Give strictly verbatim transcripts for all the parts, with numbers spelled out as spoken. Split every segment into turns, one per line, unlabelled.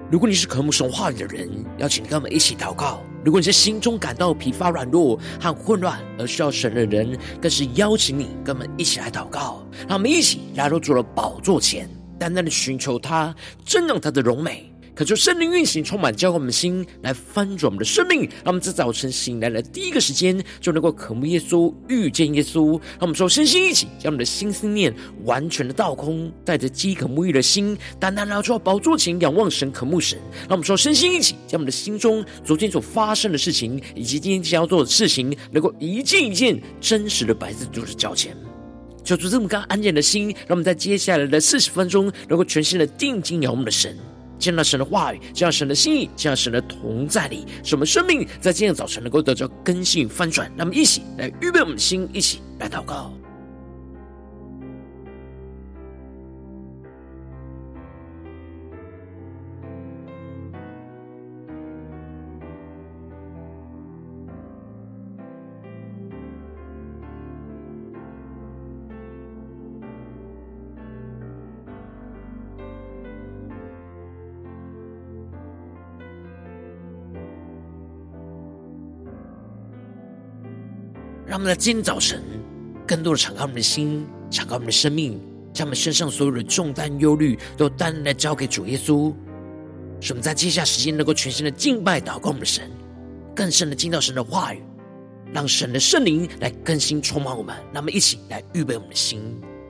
如果你是渴慕神话语的人，邀请你跟我们一起祷告。如果你是心中感到疲乏软弱和混乱而需要神的人，更是邀请你跟我们一起来祷告。让我们一起来到主的宝座前，单单的寻求他，瞻仰他的荣美，恳求圣灵运行，充满浇灌我们的心，来翻转我们的生命。让我们在早晨醒来的第一个时间，就能够渴慕耶稣，遇见耶稣。让我们说身心一起，将我们的心思念完全的倒空，带着饥渴沐浴的心，单单来到宝座前仰望神，渴慕神。让我们说身心一起，将我们的心中昨天所发生的事情，以及今天将要做的事情，能够一件一件真实的摆在主的脚前。求主这么刚安静的心，让我们在接下来的四十分钟，能够全心的定睛仰望我们的神，见到神的话语，见到神的心意，见到神的同在里，使我们生命在今天的早晨能够得到更新翻转。让我们一起来预备我们的心，一起来祷告。让我们在今天早晨更多的敞开我们的心，敞开我们的生命，将我们身上所有的重担忧虑都单单的交给主耶稣，使我们在接下来时间能够全心的敬拜祷告我们的神，更深的进到神的话语，让神的圣灵来更新充满我们。让我们一起来预备我们的心。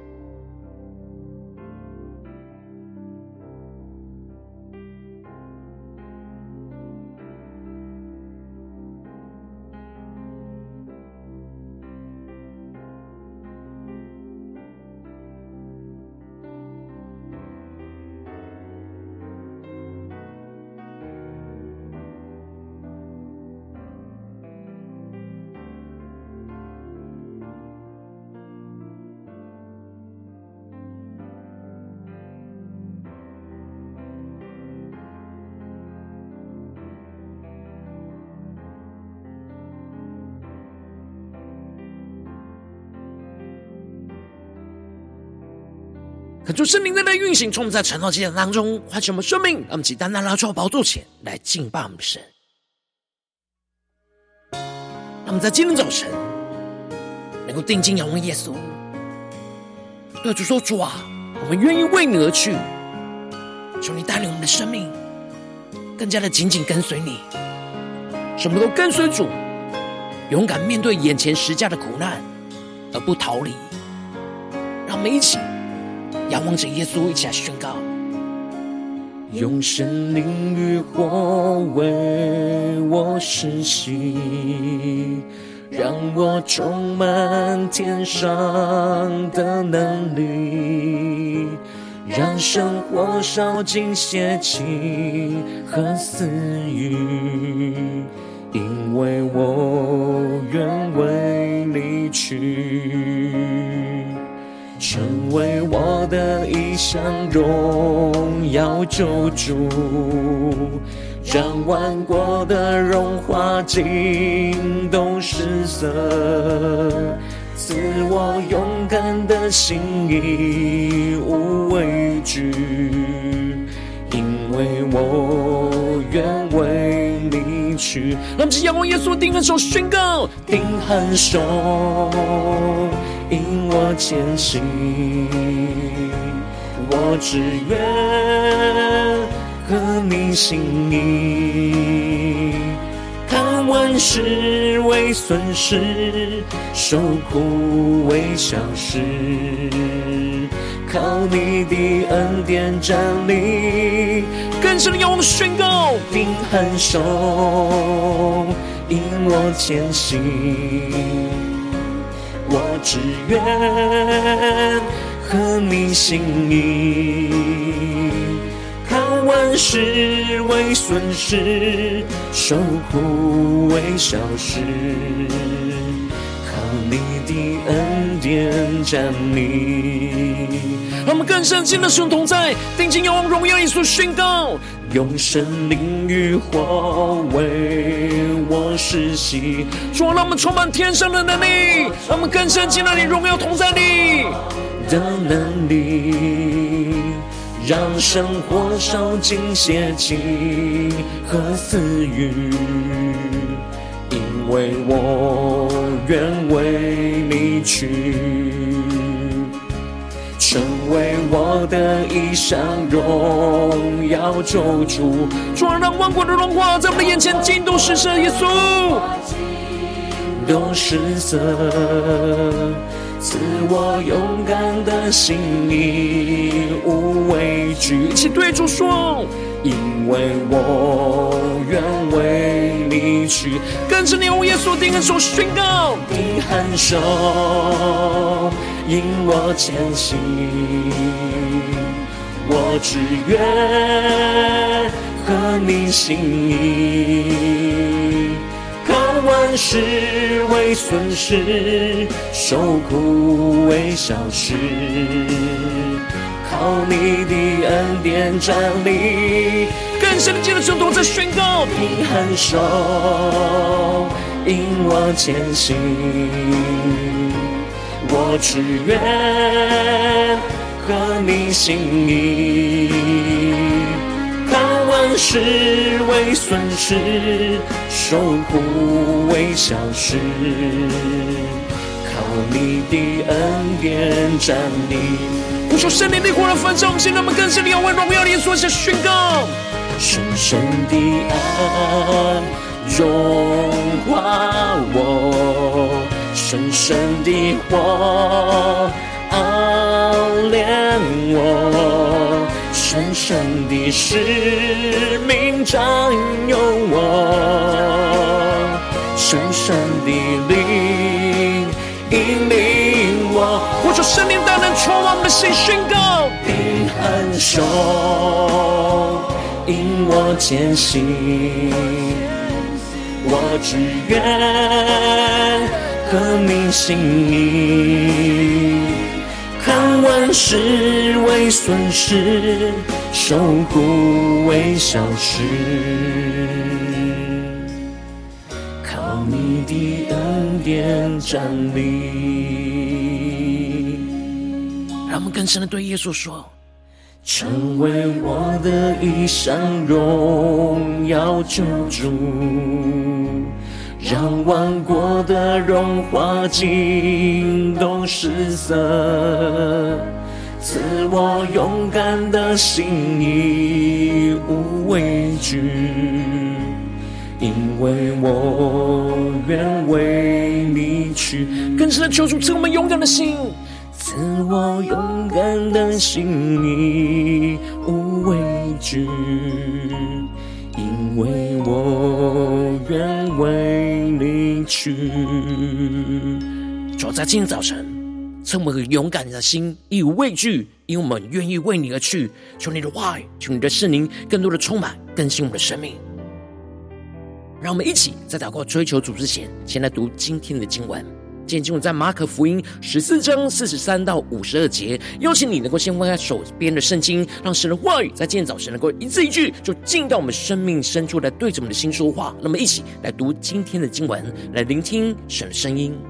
恳求圣灵在那运行，充满在晨祷祭坛当中，唤醒我们生命。让我们起单单来到宝座前来敬拜我们的神。让我们在今天早晨能够定睛仰望耶稣，对主说：主啊，我们愿意为你而去，求你带领我们的生命更加的紧紧跟随你，什么都跟随主，勇敢面对眼前十架的苦难而不逃离。让我们一起仰望着耶稣，一起来宣告：
用神灵与火为我施洗，让我充满天上的能力，让生活烧尽邪气和私欲，因为我愿为你去，成为我的一项荣耀救主，让万国的荣华尽都失色，赐我勇敢的心，义无畏惧，因为我愿为你去。
让我们只仰望耶稣，定恒手宣告：
定恒手引我前行，我只愿合你心意，看万事为损失，受苦为小事，靠你的恩典站立。
更深的仰望宣告：
定恒手引我前行，我只愿合你心意，看万事为损失，受苦为小事，靠你的恩典站立。
让我们更深进的使用同在，定睛仰望荣耀耶稣，宣告：
用神灵与火为我施洗。
主啊，让我们充满天上的能力，让我们更深进到你荣耀同在里
的能力， 让生活烧尽邪气和私欲，因为我愿为你去，成为我的一生荣耀救主。
主啊，让万国的荣华在我们的眼前尽都失色，耶稣
都失色，赐我勇敢的心，义无畏惧。
一起对主说，
因为我愿为你去，
跟着你用耶稣定恩手宣告，
你hand手引我前行，我只愿合你心意，看万事为损失，受苦为小事，靠你的恩典站立。
更深的进入神同在宣告，
你hand手引我前行，我只愿合你心意，看万事为损失，受苦为小事，靠你的恩典站立。
呼求圣灵的火来焚烧我们心，让我们更深的仰望荣耀的耶稣，下宣告，
深深的爱融化我，深深的火熬炼我，深深的使命占有我，深深的灵引领我。
呼求圣灵大能充满我们的心，宣告，
你hand手引我前行，我只愿合你心意，看万事为损失，受苦为小事，靠你的恩典站立。
让我们更深的对耶稣说，
成为我的一生荣耀救主，让万国的荣华尽都失色，赐我勇敢的心，义无畏惧，因为我愿为你去。
更深的求主赐我们勇敢的心，
赐我勇敢的心，义无畏惧，因为我愿为你去。
主在今天早晨赐我们个勇敢的心，义无畏惧，因为我们愿意为你而去。求你的话语，求你的圣灵更多的充满更新我们的生命。让我们一起在祷告追求主之前，先来读今天的经文。今天经文在马可福音十四章四十三到五十二节。邀请你能够先翻开手边的圣经，让神的话语在今天早晨能够一字一句就进到我们生命深处，来对着我们的心说话。那么一起来读今天的经文，来聆听神的声音。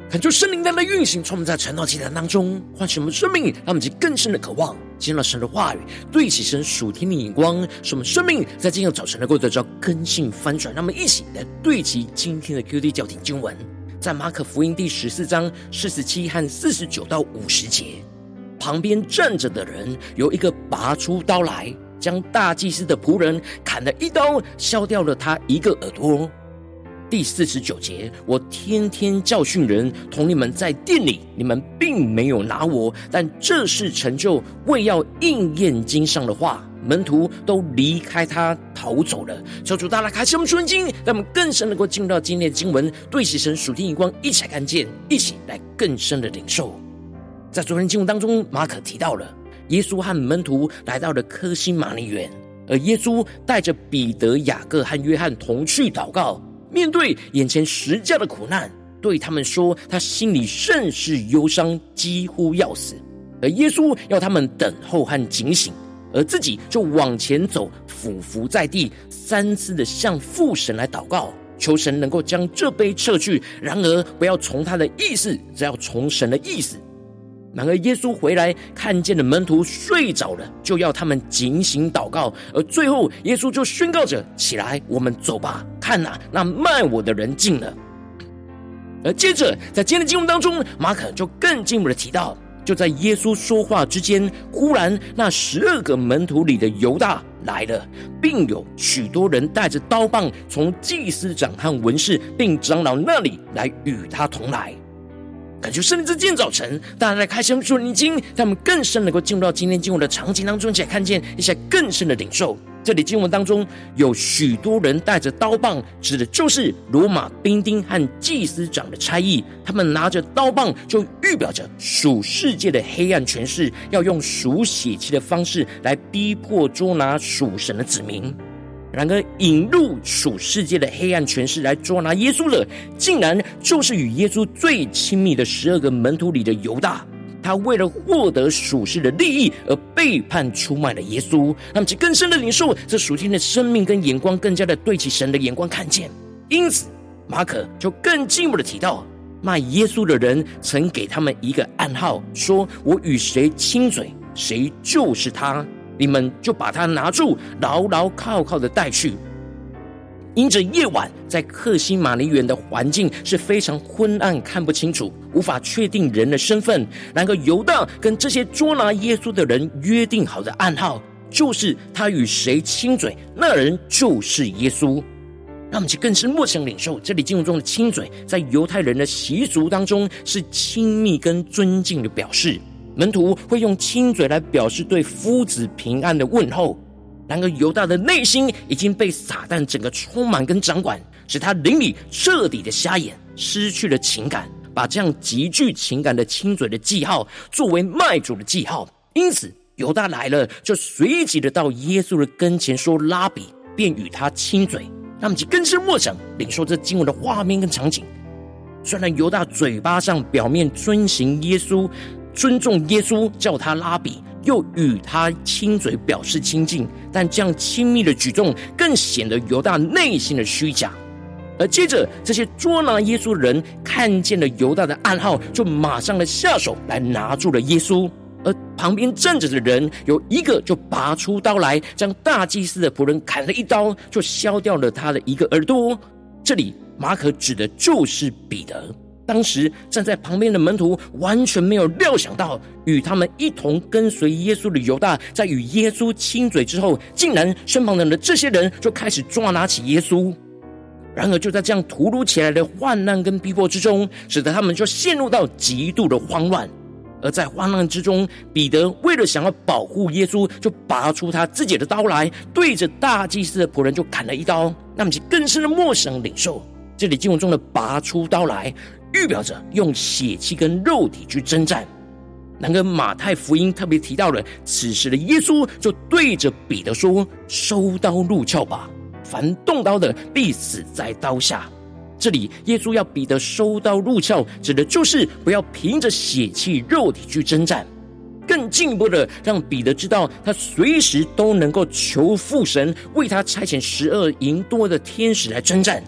恳求圣灵带来运行，从我们在晨祷祭坛当中唤醒我们生命，让我们更深的渴望见到神的话语，对齐神属天的眼光，使我们生命在今天早晨能够得到更新翻转。让我们一起来对齐今天的 Q D 教典经文，在马可福音第十四章四十七和四十九到五十节。旁边站着的人有一个拔出刀来，将大祭司的仆人砍了一刀，削掉了他一个耳朵。第四十九节，我天天教训人，同你们在殿里，你们并没有拿我，但这是成就，为要应验经上的话。门徒都离开他逃走了。求主大家开启我们属灵经，让我们更深能够进入到今天的经文，对齐神属天眼光，一起来看见，一起来更深的领受。在昨天经文当中，马可提到了耶稣和门徒来到了客西马尼园，而耶稣带着彼得、雅各和约翰同去祷告。面对眼前十架的苦难，对他们说他心里甚是忧伤，几乎要死。而耶稣要他们等候和警醒，而自己就往前走，俯伏在地，三次的向父神来祷告，求神能够将这杯撤去，然而不要从他的意思，只要从神的意思。然而耶稣回来看见了门徒睡着了，就要他们警醒祷告。而最后耶稣就宣告着，起来，我们走吧，看哪，那卖我的人进了。而接着在今天的经文当中，马可就更进一步的提到，就在耶稣说话之间，忽然那十二个门徒里的犹大来了，并有许多人带着刀棒从祭司长和文士并长老那里来与他同来。感觉圣灵在今天早晨大家来开箱说灵经，让我们更深能够进入到今天经文的场景当中，一起来看见，一起来更深的领受。这里经文当中有许多人带着刀棒，指的就是罗马兵丁和祭司长的差役。他们拿着刀棒，就预表着属世界的黑暗权势要用属血气的方式来逼迫捉拿属神的子民。然而引入属世界的黑暗权势来捉拿耶稣的，竟然就是与耶稣最亲密的十二个门徒里的犹大。他为了获得属世的利益而背叛出卖了耶稣。那么其更深的领受这属天的生命跟眼光，更加的对齐神的眼光看见。因此马可就更进一步的提到，卖耶稣的人曾给他们一个暗号，说我与谁亲嘴，谁就是他，你们就把他拿住，牢牢靠靠的带去。因着夜晚在客西马尼园的环境是非常昏暗，看不清楚，无法确定人的身份。然而犹大跟这些捉拿耶稣的人约定好的暗号，就是他与谁亲嘴，那人就是耶稣。让我们去更深默想领受，这里经文中的亲嘴，在犹太人的习俗当中是亲密跟尊敬的表示。门徒会用亲嘴来表示对夫子平安的问候。然而犹大的内心已经被撒旦整个充满跟掌管，使他灵里彻底的瞎眼，失去了情感，把这样极具情感的亲嘴的记号作为卖主的记号。因此犹大来了，就随即的到耶稣的跟前说拉比，便与他亲嘴。那么就更深默想领受这经文的画面跟场景。虽然犹大嘴巴上表面遵行耶稣，尊重耶稣，叫他拉比，又与他亲嘴表示亲近，但这样亲密的举动更显得犹大内心的虚假。而接着这些捉拿耶稣的人看见了犹大的暗号，就马上的下手来拿住了耶稣。而旁边站着的人有一个就拔出刀来，将大祭司的仆人砍了一刀，就削掉了他的一个耳朵。这里马可指的就是彼得。当时站在旁边的门徒完全没有料想到，与他们一同跟随耶稣的犹大，在与耶稣亲嘴之后，竟然身旁的这些人就开始抓拿起耶稣。然而就在这样突如其来的患难跟逼迫之中，使得他们就陷入到极度的慌乱。而在患难之中，彼得为了想要保护耶稣，就拔出他自己的刀来，对着大祭司的仆人就砍了一刀。那么其更深的默想领受，这里经文中的拔出刀来，预表着用血气跟肉体去征战。然而马太福音特别提到了，此时的耶稣就对着彼得说，收刀入鞘吧，凡动刀的必死在刀下。这里耶稣要彼得收刀入鞘，指的就是不要凭着血气肉体去征战，更进一步的让彼得知道，他随时都能够求父神为他差遣十二营多的天使来征战。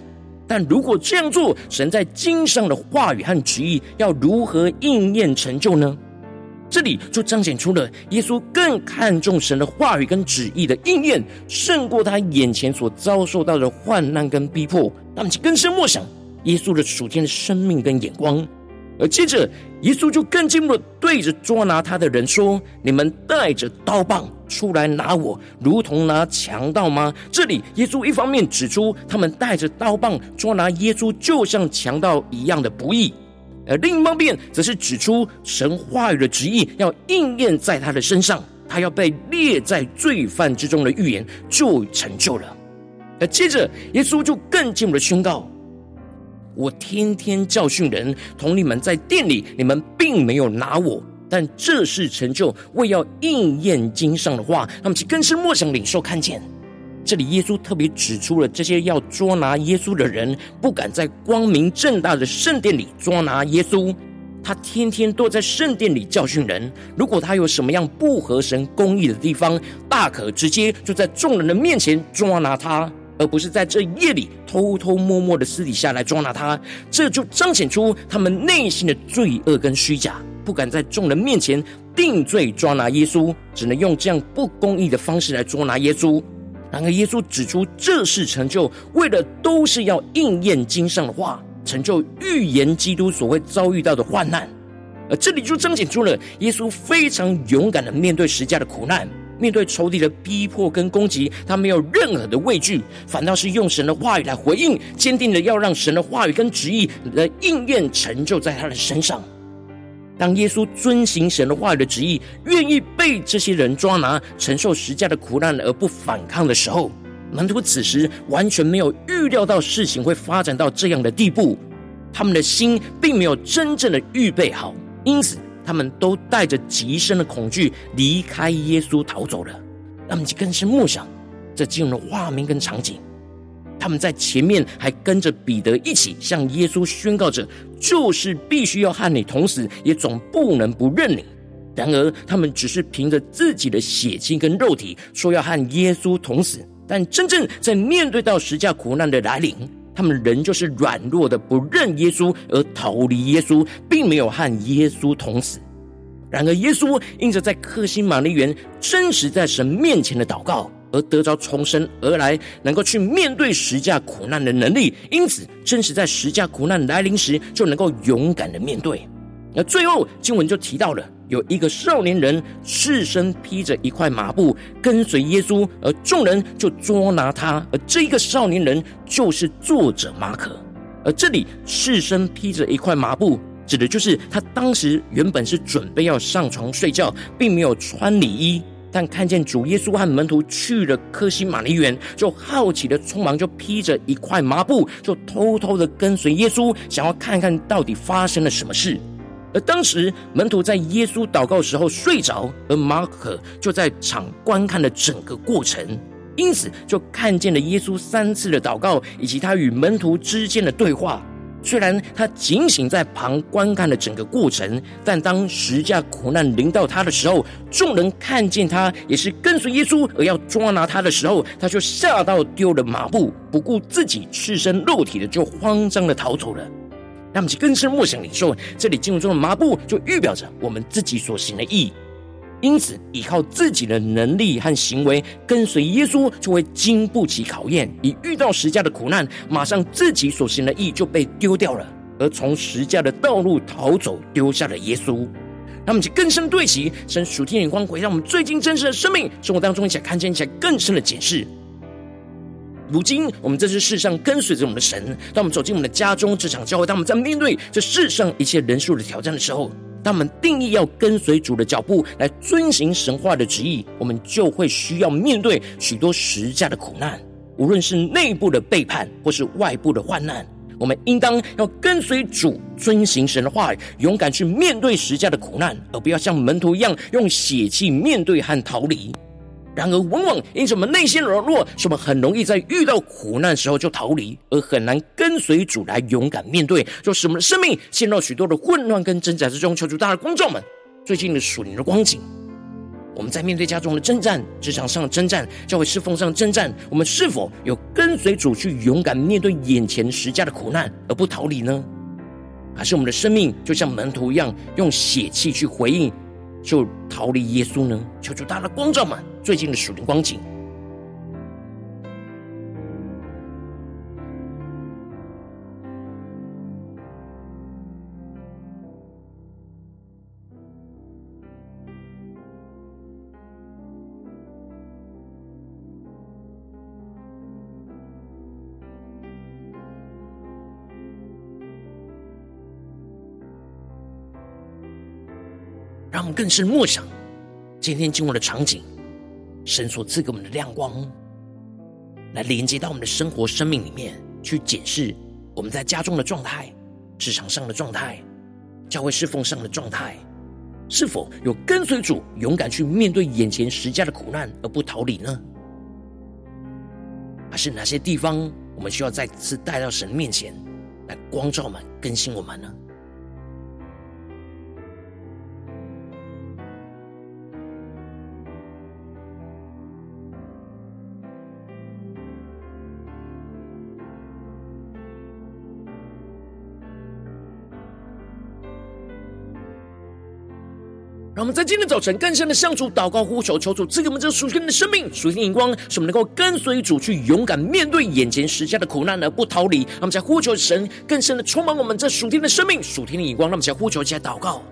但如果这样做，神在经上的话语和旨意要如何应验成就呢？这里就彰显出了耶稣更看重神的话语跟旨意的应验，胜过他眼前所遭受到的患难跟逼迫。那么就更深默想耶稣的属天的生命跟眼光。而接着耶稣就更进一步的对着捉拿他的人说，你们带着刀棒出来拿我，如同拿强盗吗？这里耶稣一方面指出他们带着刀棒捉拿耶稣就像强盗一样的不义，而另一方面则是指出神话语的旨意要应验在他的身上，他要被列在罪犯之中的预言就成就了。而接着耶稣就更进一步的宣告，我天天教训人，同你们在殿里，你们并没有拿我，但这是成就为要应验经上的话。那么其更是默想领受看见，这里耶稣特别指出了这些要捉拿耶稣的人不敢在光明正大的圣殿里捉拿耶稣，他天天都在圣殿里教训人，如果他有什么样不合神公义的地方，大可直接就在众人的面前捉拿他，而不是在这夜里偷偷摸摸的私底下来捉拿他。这就彰显出他们内心的罪恶跟虚假，不敢在众人面前定罪抓拿耶稣，只能用这样不公义的方式来捉拿耶稣。然而耶稣指出这是成就，为的都是要应验经上的话，成就预言基督所会遭遇到的患难。而这里就彰显出了耶稣非常勇敢的面对十架的苦难，面对仇敌的逼迫跟攻击，他没有任何的畏惧，反倒是用神的话语来回应，坚定的要让神的话语跟旨意的应验成就在他的身上。当耶稣遵行神的话语的旨意，愿意被这些人抓拿，承受十架的苦难而不反抗的时候，门徒此时完全没有预料到事情会发展到这样的地步，他们的心并没有真正的预备好，因此他们都带着极深的恐惧离开耶稣逃走了。他们更是默想这进入了画面跟场景，他们在前面还跟着彼得一起向耶稣宣告着，就是必须要和你同死，也总不能不认你。然而他们只是凭着自己的血气跟肉体说要和耶稣同死，但真正在面对到十架苦难的来临，他们仍旧是软弱的不认耶稣而逃离耶稣，并没有和耶稣同死。然而耶稣因着在客西马尼园真实在神面前的祷告，而得着重生而来能够去面对十架苦难的能力，因此真实在十架苦难来临时就能够勇敢的面对。而最后经文就提到了有一个少年人赤身披着一块麻布跟随耶稣，而众人就捉拿他，而这一个少年人就是作者马可。而这里赤身披着一块麻布指的就是他当时原本是准备要上床睡觉，并没有穿里衣，但看见主耶稣和门徒去了客西马尼园，就好奇的匆忙就披着一块麻布，就偷偷的跟随耶稣，想要看看到底发生了什么事。而当时门徒在耶稣祷告的时候睡着，而马可就在场观看了整个过程，因此就看见了耶稣三次的祷告以及他与门徒之间的对话。虽然他警醒在旁观看了整个过程，但当十架苦难临到他的时候，众人看见他也是跟随耶稣而要抓拿他的时候，他就吓到丢了麻布，不顾自己赤身肉体的就慌张的逃走了。那么更深默想领受，这里经文中的麻布就预表着我们自己所行的义，因此依靠自己的能力和行为跟随耶稣，就会经不起考验，一遇到十架的苦难，马上自己所行的义就被丢掉了，而从十架的道路逃走，丢下了耶稣。那么就更深对齐神属天眼光，回到我们最近真实的生命生活当中，一起来看见，一起来更深的检视。如今我们在这世上跟随着我们的神，当我们走进我们的家中、职场、教会，当我们在面对这世上一切人数的挑战的时候，当我们定义要跟随主的脚步来遵行神话的旨意，我们就会需要面对许多十架的苦难，无论是内部的背叛或是外部的患难，我们应当要跟随主遵行神的话语，勇敢去面对十架的苦难，而不要像门徒一样用血气面对和逃离。然而往往因着我们内心软弱，使我们很容易在遇到苦难的时候就逃离，而很难跟随主来勇敢面对，就使我们的生命陷入许多的混乱跟挣扎之中。求主大的光照们最近的属灵的光景， 我们在面对家中的征战、职场上的征战、教会侍奉上的征战，我们是否有跟随主去勇敢面对眼前十架的苦难而不逃离呢？还是我们的生命就像门徒一样，用血气去回应，就逃离耶稣呢？求主大大的光照们最近的属灵光景。让我们更深默想今天经文的场景，神所赐给我们的亮光，来连接到我们的生活生命里面，去检视我们在家中的状态、职场上的状态、教会侍奉上的状态，是否有跟随主勇敢去面对眼前十架的苦难而不逃离呢？还是哪些地方我们需要再次带到神面前来光照我们、更新我们呢？让我们在今天早晨更深的向主祷告呼求，求主赐给我们这属天的生命、属天的眼光，使我们能够跟随主去勇敢面对眼前十架的苦难而不逃离。让我们在呼求神更深的充满我们这属天的生命、属天的眼光。让我们在呼求起来祷告。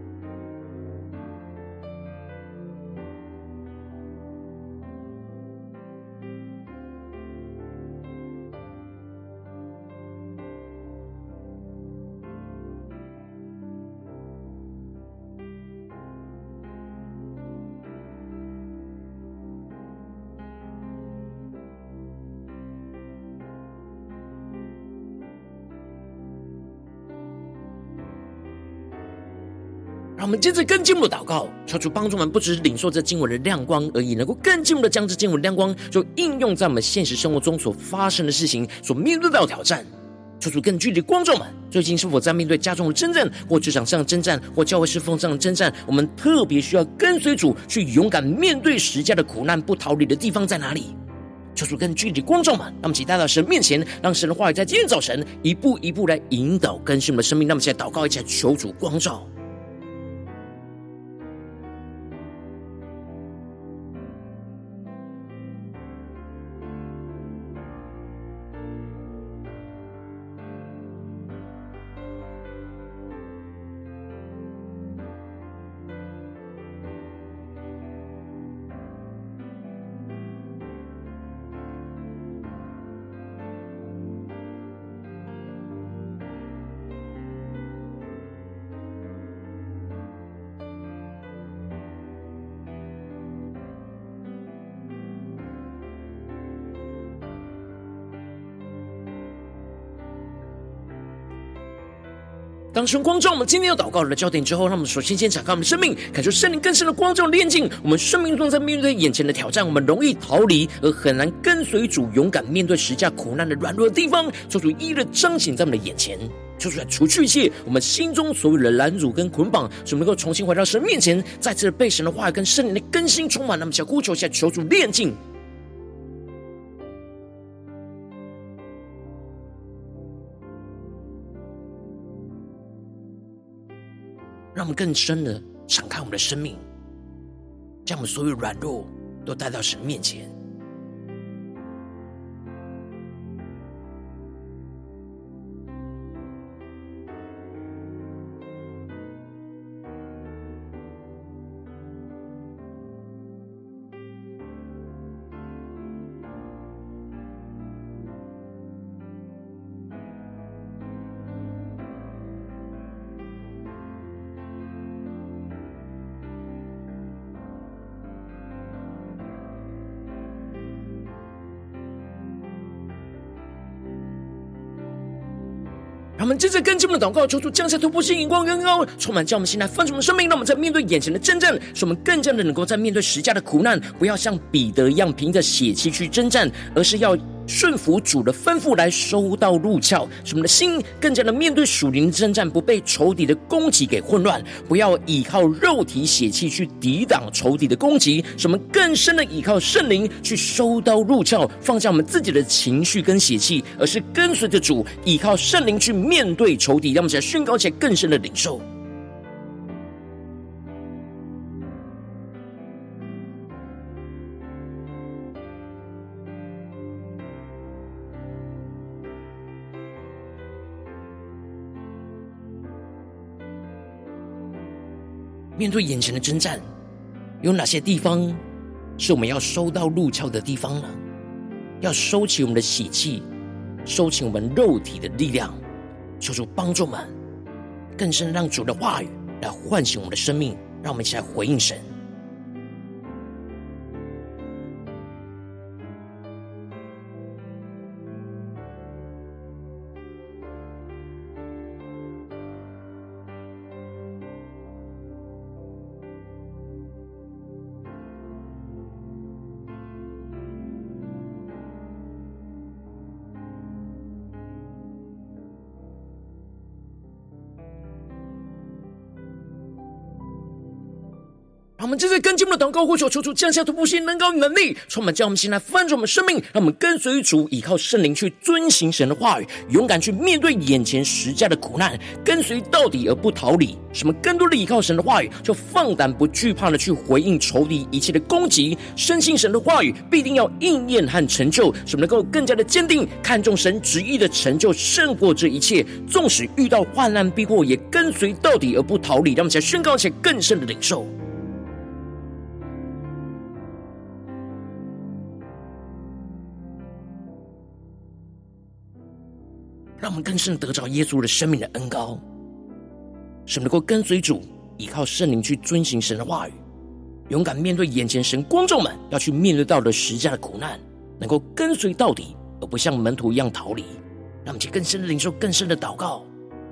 让我们接着更进一步的祷告，求主帮助我们不只是领受这经文的亮光而已，能够更进一步的将这经文的亮光就应用在我们现实生活中所发生的事情、所面对到的挑战。求主更具体的光照们，最近是否在面对家中的征战，或职场上的征战，或教会侍奉上的征战，我们特别需要跟随主去勇敢面对十架的苦难不逃离的地方在哪里？求主更具体的光照们，让我们一起带到神面前，让神的话语在今天早晨一步一步来引导更新我们的生命。让我们一起来祷告，一起来求主光照。当神光照我们今天要祷告的焦点之后，让我们首先先敞开我们的生命，感受圣灵更深的光照炼净我们生命中在面对眼前的挑战，我们容易逃离而很难跟随主勇敢面对十架苦难的软弱的地方，求主一一的彰显在我们的眼前，求主来除去一切我们心中所有的拦阻跟捆绑，使我们能够重新回到神面前，再次的被神的话语跟圣灵的更新充满。那么想呼求一下，求主炼净，让我们更深的敞开我们的生命，将我们所有软弱都带到神面前。让我们接着跟进我们的祷告，求主降下突破性眼光跟高，充满将我们心来翻转我们生命，让我们在面对眼前的征战，使我们更加的能够在面对十架的苦难，不要像彼得一样凭着血气去征战，而是要顺服主的吩咐来收到入鞘，使我们的心更加的面对属灵征战，不被仇敌的攻击给混乱，不要依靠肉体血气去抵挡仇敌的攻击，使我们更深的依靠圣灵去收到入鞘，放下我们自己的情绪跟血气，而是跟随着主，依靠圣灵去面对仇敌。让我们一起来宣告起来更深的领受。面对眼前的征战，有哪些地方是我们要收到入鞘的地方呢？要收起我们的血气，收起我们肉体的力量，求主帮助我们更深让主的话语来唤醒我们的生命，让我们一起来回应神。让我们接着跟进我们的祷告，呼求求主降下突破性能高与能力，充满将我们心来翻转我们生命，让我们跟随主，依靠圣灵去遵行神的话语，勇敢去面对眼前实价的苦难，跟随到底而不逃离。什么更多的依靠神的话语，就放胆不惧怕的去回应仇敌一切的攻击，深信神的话语必定要应验和成就，使我们能够更加的坚定，看重神旨意的成就胜过这一切。纵使遇到患难逼迫，也跟随到底而不逃离。让我们一起来宣告起来更深的领受。让我们更深得着耶稣的生命的恩膏，使我们能够跟随主，依靠圣灵去遵行神的话语，勇敢面对眼前神光照们要去面对到的十架的苦难，能够跟随到底，而不像门徒一样逃离。让我们去更深的领受，更深的祷告。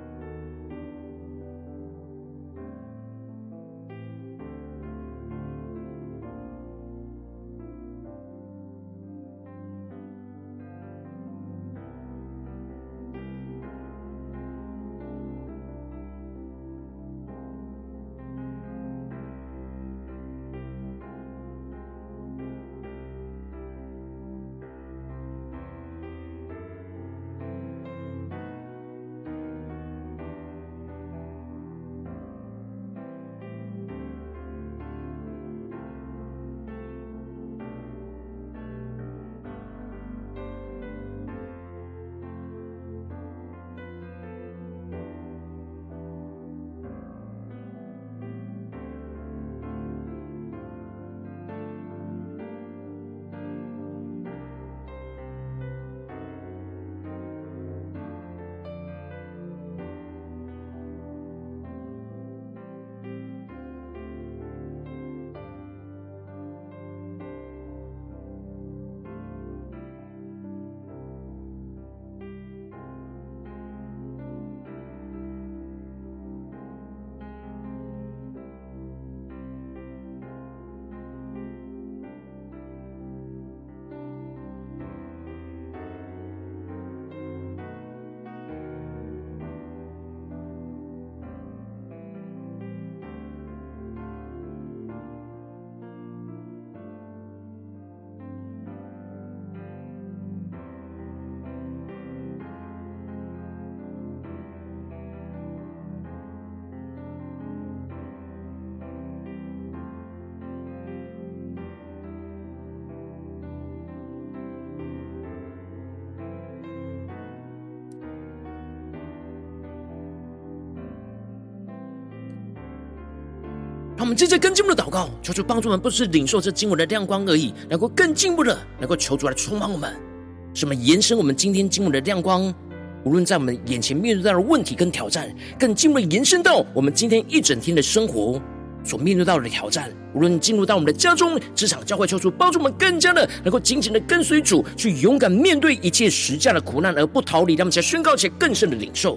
让我们接着更进一步的祷告，求主帮助我们，不是领受这经文的亮光而已，能够更进一步的能够求主来充满我们，使我们延伸我们今天经文的亮光，无论在我们眼前面对到的问题跟挑战，更进一步的延伸到我们今天一整天的生活所面对到的挑战，无论进入到我们的家中、职场、教会，求主帮助我们更加的能够紧紧的跟随主，去勇敢面对一切实价的苦难而不逃离。让我们再宣告起来更深的领受。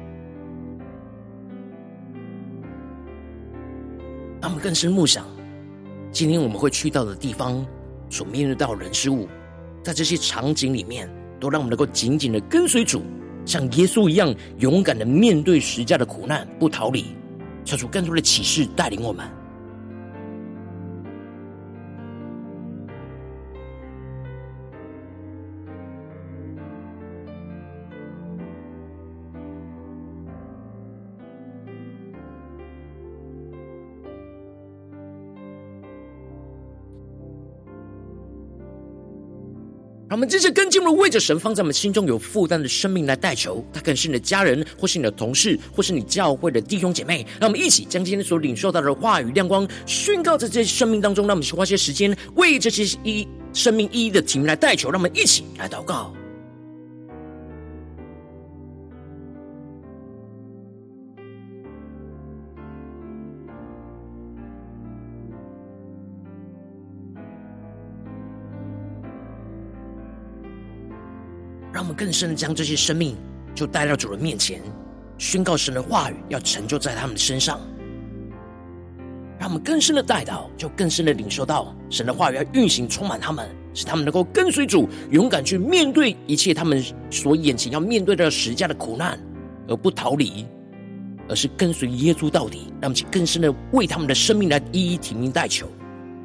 让我们更深默想，今天我们会去到的地方所面对到的人事物， 在这些场景里面，都让我们能够紧紧的跟随主，像耶稣一样勇敢的面对十字架的苦难，不逃离。求主更多的启示带领我们。让我们接着跟进入为着神放在我们心中有负担的生命来代求，他可能是你的家人，或是你的同事，或是你教会的弟兄姐妹。让我们一起将今天所领受到的话语亮光宣告在这些生命当中。让我们一起花些时间为这些一生命意义的题目来代求。让我们一起来祷告。让我们更深的将这些生命就带到主的面前，宣告神的话语要成就在他们的身上。让我们更深的带到，就更深的领受到神的话语要运行充满他们，使他们能够跟随主，勇敢去面对一切他们所眼前要面对的十字架的苦难，而不逃离，而是跟随耶稣到底。让我们去更深的为他们的生命来一一提名代求。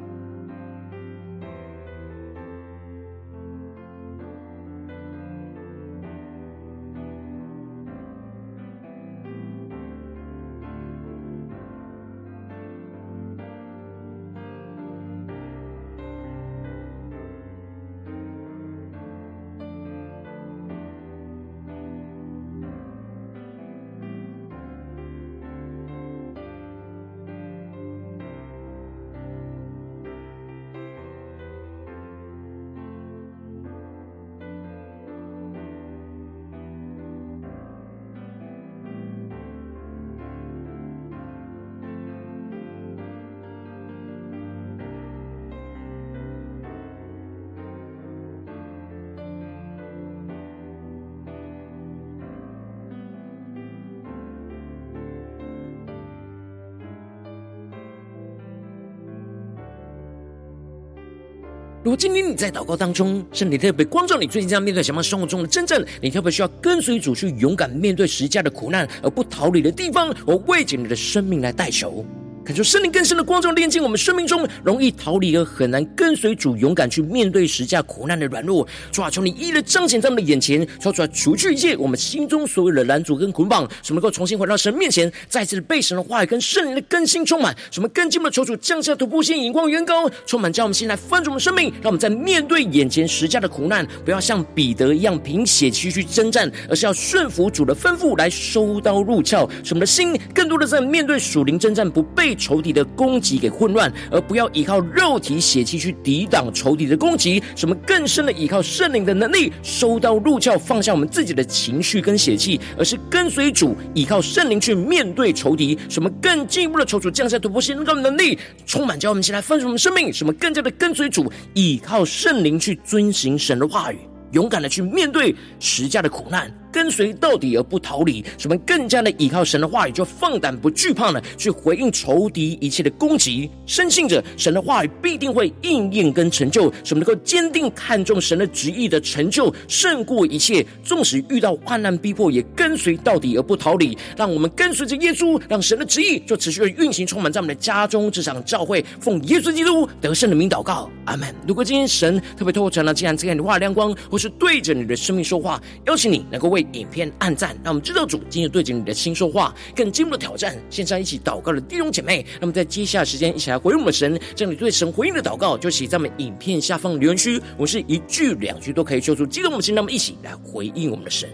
如果今天你在祷告当中，圣灵特别光照你最近这样面对想象生活中的真正，你特别需要跟随主去勇敢面对十字架的苦难而不逃离的地方，我为着你的生命来代求。恳求圣灵更深的光照炼净我们生命中容易逃离而很难跟随主勇敢去面对十字架苦难的软弱。主啊，求你一一的彰显在我们的眼前，求主来除去一切我们心中所有的拦阻跟捆绑，使我们能够重新回到神面前，再次的被神的话语跟圣灵的更新充满，使我们更进一步的求主降下突破性眼光远高，充满将我们心来翻转我们生命。让我们在面对眼前十字架的苦难，不要像彼得一样凭血气去征战，而是要顺服主的吩咐来收刀入鞘，使我们的心更多的在面对属灵征战不被仇敌的攻击给混乱，而不要依靠肉体血气去抵挡仇敌的攻击，使我们更深的依靠圣灵的能力收刀入鞘，放下我们自己的情绪跟血气，而是跟随主依靠圣灵去面对仇敌，使我们更进一步的求主降下突破性的能力，充满叫我们起来分盛我们生命，使我们更加的跟随主依靠圣灵去遵行神的话语，勇敢的去面对十字架的苦难，跟随到底而不逃离，使我们更加的依靠神的话语，就放胆不惧怕的去回应仇敌一切的攻击，深信着神的话语必定会应验跟成就，使我们能够坚定看重神的旨意的成就胜过一切，纵使遇到患难逼迫也跟随到底而不逃离。让我们跟随着耶稣，让神的旨意就持续的运行充满在我们的家中职场教会，奉耶稣基督得胜的名祷告，阿们。如果今天神特别透过传道既然这样的话亮光，或是对着你的生命说话，邀请你能够为影片按赞，让我们知道主今天对着你的心说话，更进一步的挑战线上一起祷告的弟兄姐妹。那么在接下来时间一起来回应我们神，将你对神回应的祷告就写在我们影片下方留言区，我们是一句两句都可以说出激动我们心，让我们一起来回应我们的神。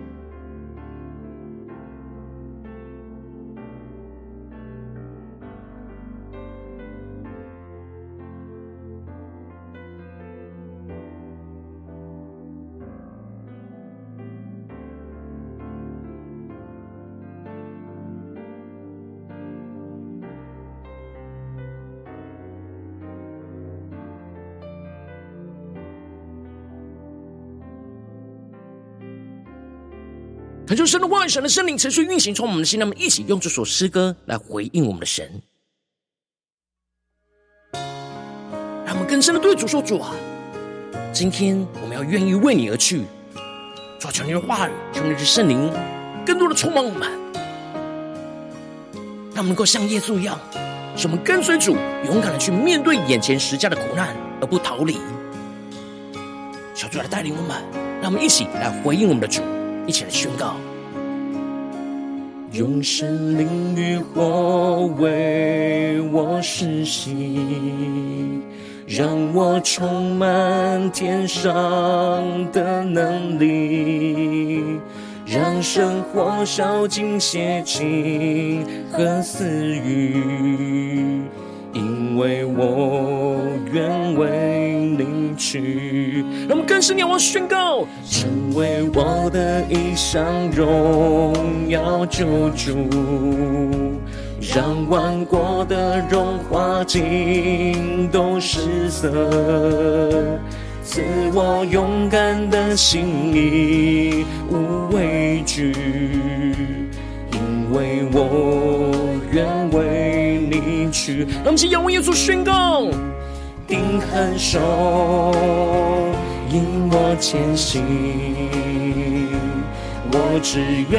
恳求神的话语、神的圣灵持续运行从我们的心，让我们一起用这首诗歌来回应我们的神，让我们更深的对主说：主啊， 今天我们要愿意为你而去。主啊，求你的话语，求你的圣灵更多的充满我们，让我们能够像耶稣一样，使我们跟随主，勇敢的去面对眼前十架的苦难，而不逃离。求主来带领我们，让我们一起来回应我们的主，一起来宣告。
用神灵与火为我施洗，让我充满天上的能力，让生活烧尽邪情和私欲，因为我愿为你去。
让我们更深仰望宣告，
成为我的一生荣耀救主，让万国的荣华尽都失色，赐我勇敢的心意，无畏惧，因为我愿为你去。
让我们一起仰望耶稣宣告，
定恒守，引我前行，我只愿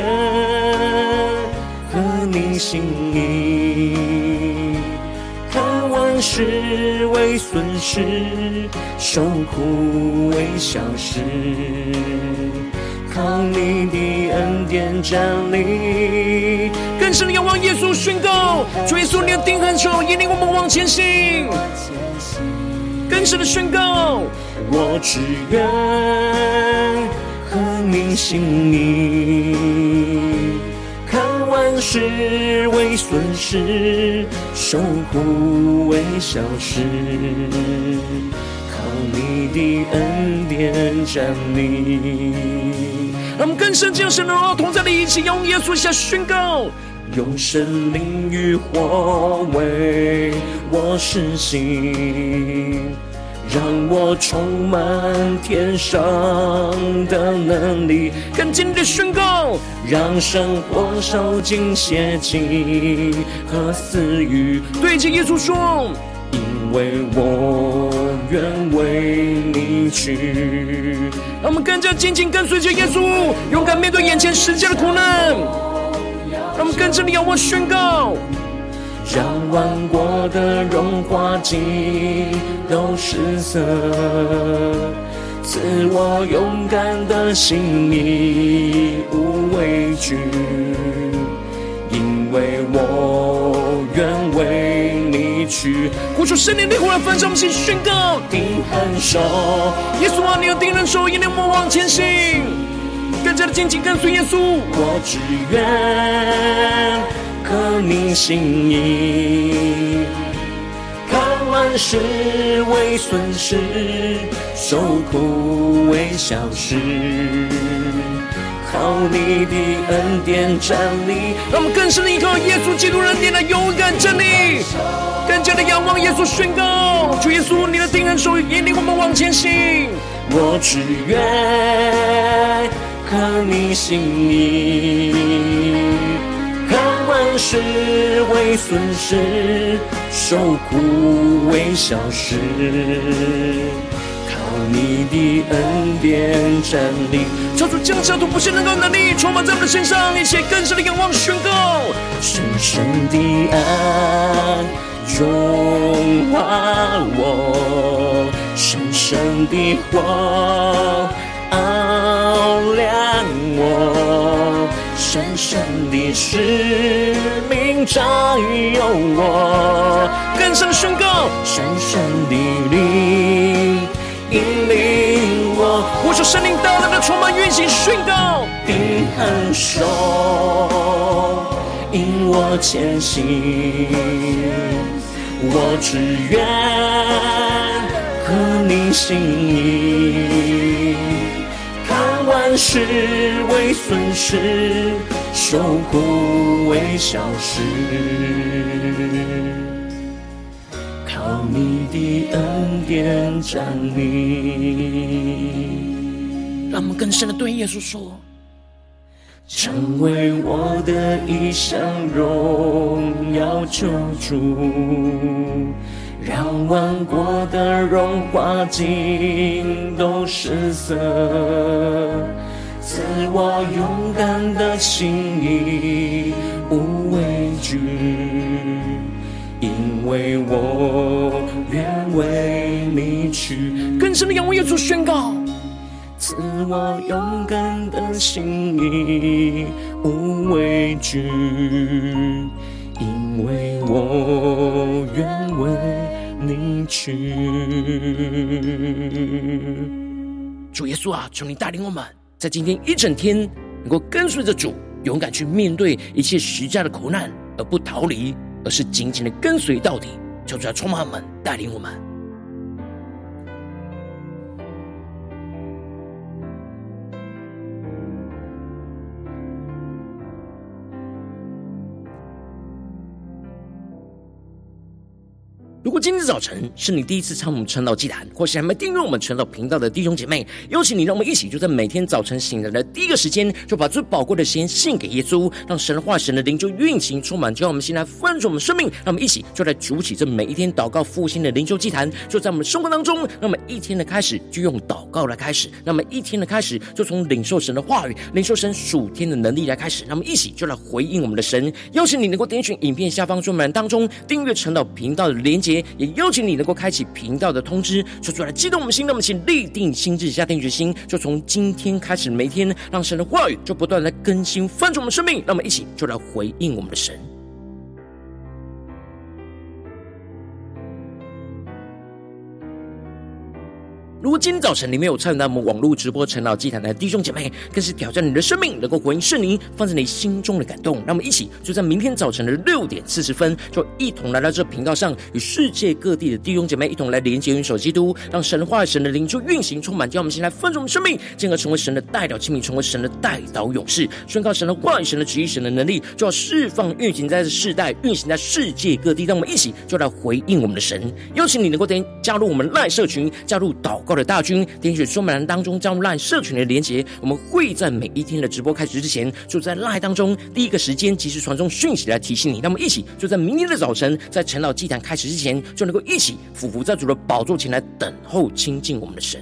合你心意，看万事为损失，受苦为小事，靠你的恩典站立。
更深的仰望耶稣宣告，主耶稣你的定恒手引领我们往前行。更深的宣告，
我只愿合你心意，看万事为损失，受苦为小事，靠你的恩典站立。
让我们更深进入神的荣耀同在的一起，用耶稣下宣告，
用神灵与火为我施洗，让我充满天上的能力，
更坚定的宣告，
让生活烧尽邪情和私欲，
对着耶稣说，
因为我愿为你去。
让我们更加紧紧跟随着耶稣，勇敢面对眼前十架的苦难。让我们跟着你仰望宣告，
让万国的荣华尽都失色，赐我勇敢的心意，无畏惧，因为我愿为你去。
呼出圣灵的火来焚烧，我们一起宣告，
定恒守，
耶稣啊，你的定恒手引领我们往前行，更加的紧紧跟随耶稣。
我只愿合你心意，看万事为损失，受苦为小事，靠你的恩典站立。
让我们更深的依靠耶稣基督恩典来勇敢站立，更加的仰望耶稣宣告，主耶稣你的定恒手引领我们往前行。
我只愿合你心意，看万事为损失，受苦为小事，靠你的恩典站立。
求主将这突破性能够能力充满在我们的身上，一起更深的仰望宣告，
深深的爱融化我，深深的火照亮我，深深的使命照耀我，
更深的宣告，
深深的灵引领我。
呼求圣灵大大的充满运行宣告，
定恒守引我前行，我只愿合你心意，看万事为损失，受苦为小事，靠你的恩典站立。
让我们更深的对耶稣说，
成为我的一生荣耀救主，让万国的荣华尽都失色，赐我勇敢的心意，无畏惧，因为我愿为你去。
更深的仰望耶稣，宣告
赐我勇敢的心意，无畏惧，因为我愿为你去。
主耶稣啊，求你带领我们在今天一整天能够跟随着主，勇敢去面对一切十架的苦难，而不逃离，而是紧紧的跟随到底。求主来充满我们，带领我们。如果今天早晨是你第一次参与我们传道祭坛，或是还没订阅我们传道频道的弟兄姐妹，邀请你让我们一起就在每天早晨醒来的第一个时间，就把最宝贵的时间献给耶稣，让神的话、神的灵就运行充满，就让我们先来翻转我们生命。让我们一起就来主起这每一天祷告复兴的灵修祭坛，就在我们的生活当中。让我们一天的开始就用祷告来开始，让我们一天的开始就从领受神的话语、领受神属天的能力来开始。让我们一起就来回应我们的神。邀请你能够点选影片下方说明栏当中订阅传道频道的连结，也邀请你能够开启频道的通知，说出来激动我们心。让我们请立定心志，下定决心，就从今天开始，每天让神的话语就不断的更新翻转我们生命。让我们一起就来回应我们的神。如果今天早晨你没有参与到我们网络直播陈老祭坛的弟兄姐妹，更是挑战你的生命，能够回应圣灵放在你心中的感动。让我们一起就在明天早晨的六点四十分，就一同来到这频道上，与世界各地的弟兄姐妹一同来连接、元首基督，让神的话语、神的灵就运行充满，叫我们先来分盛我们生命，进而成为神的代表器皿，成为神的代祷勇士，宣告神的话语、神的旨意、神的能力，就要释放运行在这世代，运行在世界各地。让我们一起就来回应我们的神。邀请你能够点加入我们赖社群，加入祷告的大军，点选说明栏当中加入 LINE 社群的连结。我们会在每一天的直播开始之前，就在 LINE 当中第一个时间及时传送讯息来提醒你。那么一起就在明天的早晨，在晨祷祭坛开始之前，就能够一起俯伏在主的宝座前来等候亲近我们的神。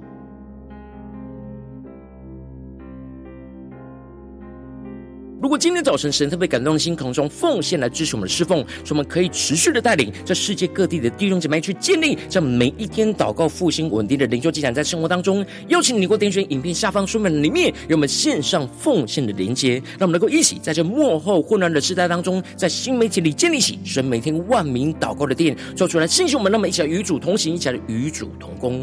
如果今天早晨神特别感动的心，空中奉献来支持我们的侍奉，使我们可以持续的带领在世界各地的弟兄姐妹去建立这每一天祷告复兴稳定的灵修祭坛，在生活当中。邀请你能够点选影片下方说明里面有我们线上奉献的连结，让我们能够一起在这末后混乱的时代当中，在新媒体里建立起神每天万名祷告的殿，做出来信息我们，让我们一起来与主同行，一起来与主同工。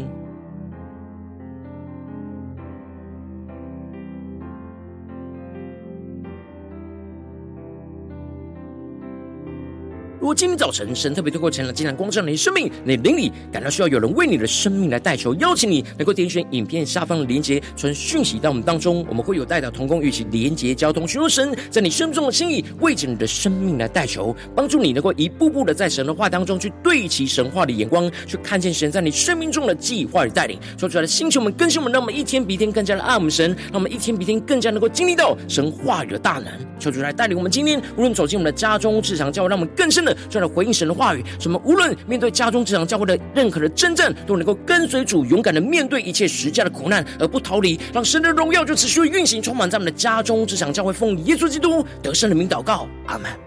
如果今天早晨神特别透过前来竟然光照你的生命，你的灵里感到需要有人为你的生命来代求，邀请你能够点选影片下方的连结，传讯息到我们当中，我们会有代祷同工与其连结交通，寻求神在你生命中的心意，为着你的生命来代求，帮助你能够一步步的在神的话当中去对齐神话的眼光，去看见神在你生命中的计划与带领。说出来的星球们更新我们，让我们一天比一天更加的爱我们神，让我们一天比一天更加能够经历到神话语的大能。求主来带领我们今天无论走进我们的家中职场教会，让我们更深的就来回应神的话语，什么无论面对家中职场教会的任何的征战，都能够跟随主，勇敢的面对一切十架的苦难而不逃离，让神的荣耀就持续运行充满在我们的家中职场教会。奉耶稣基督得胜的名祷告，阿们。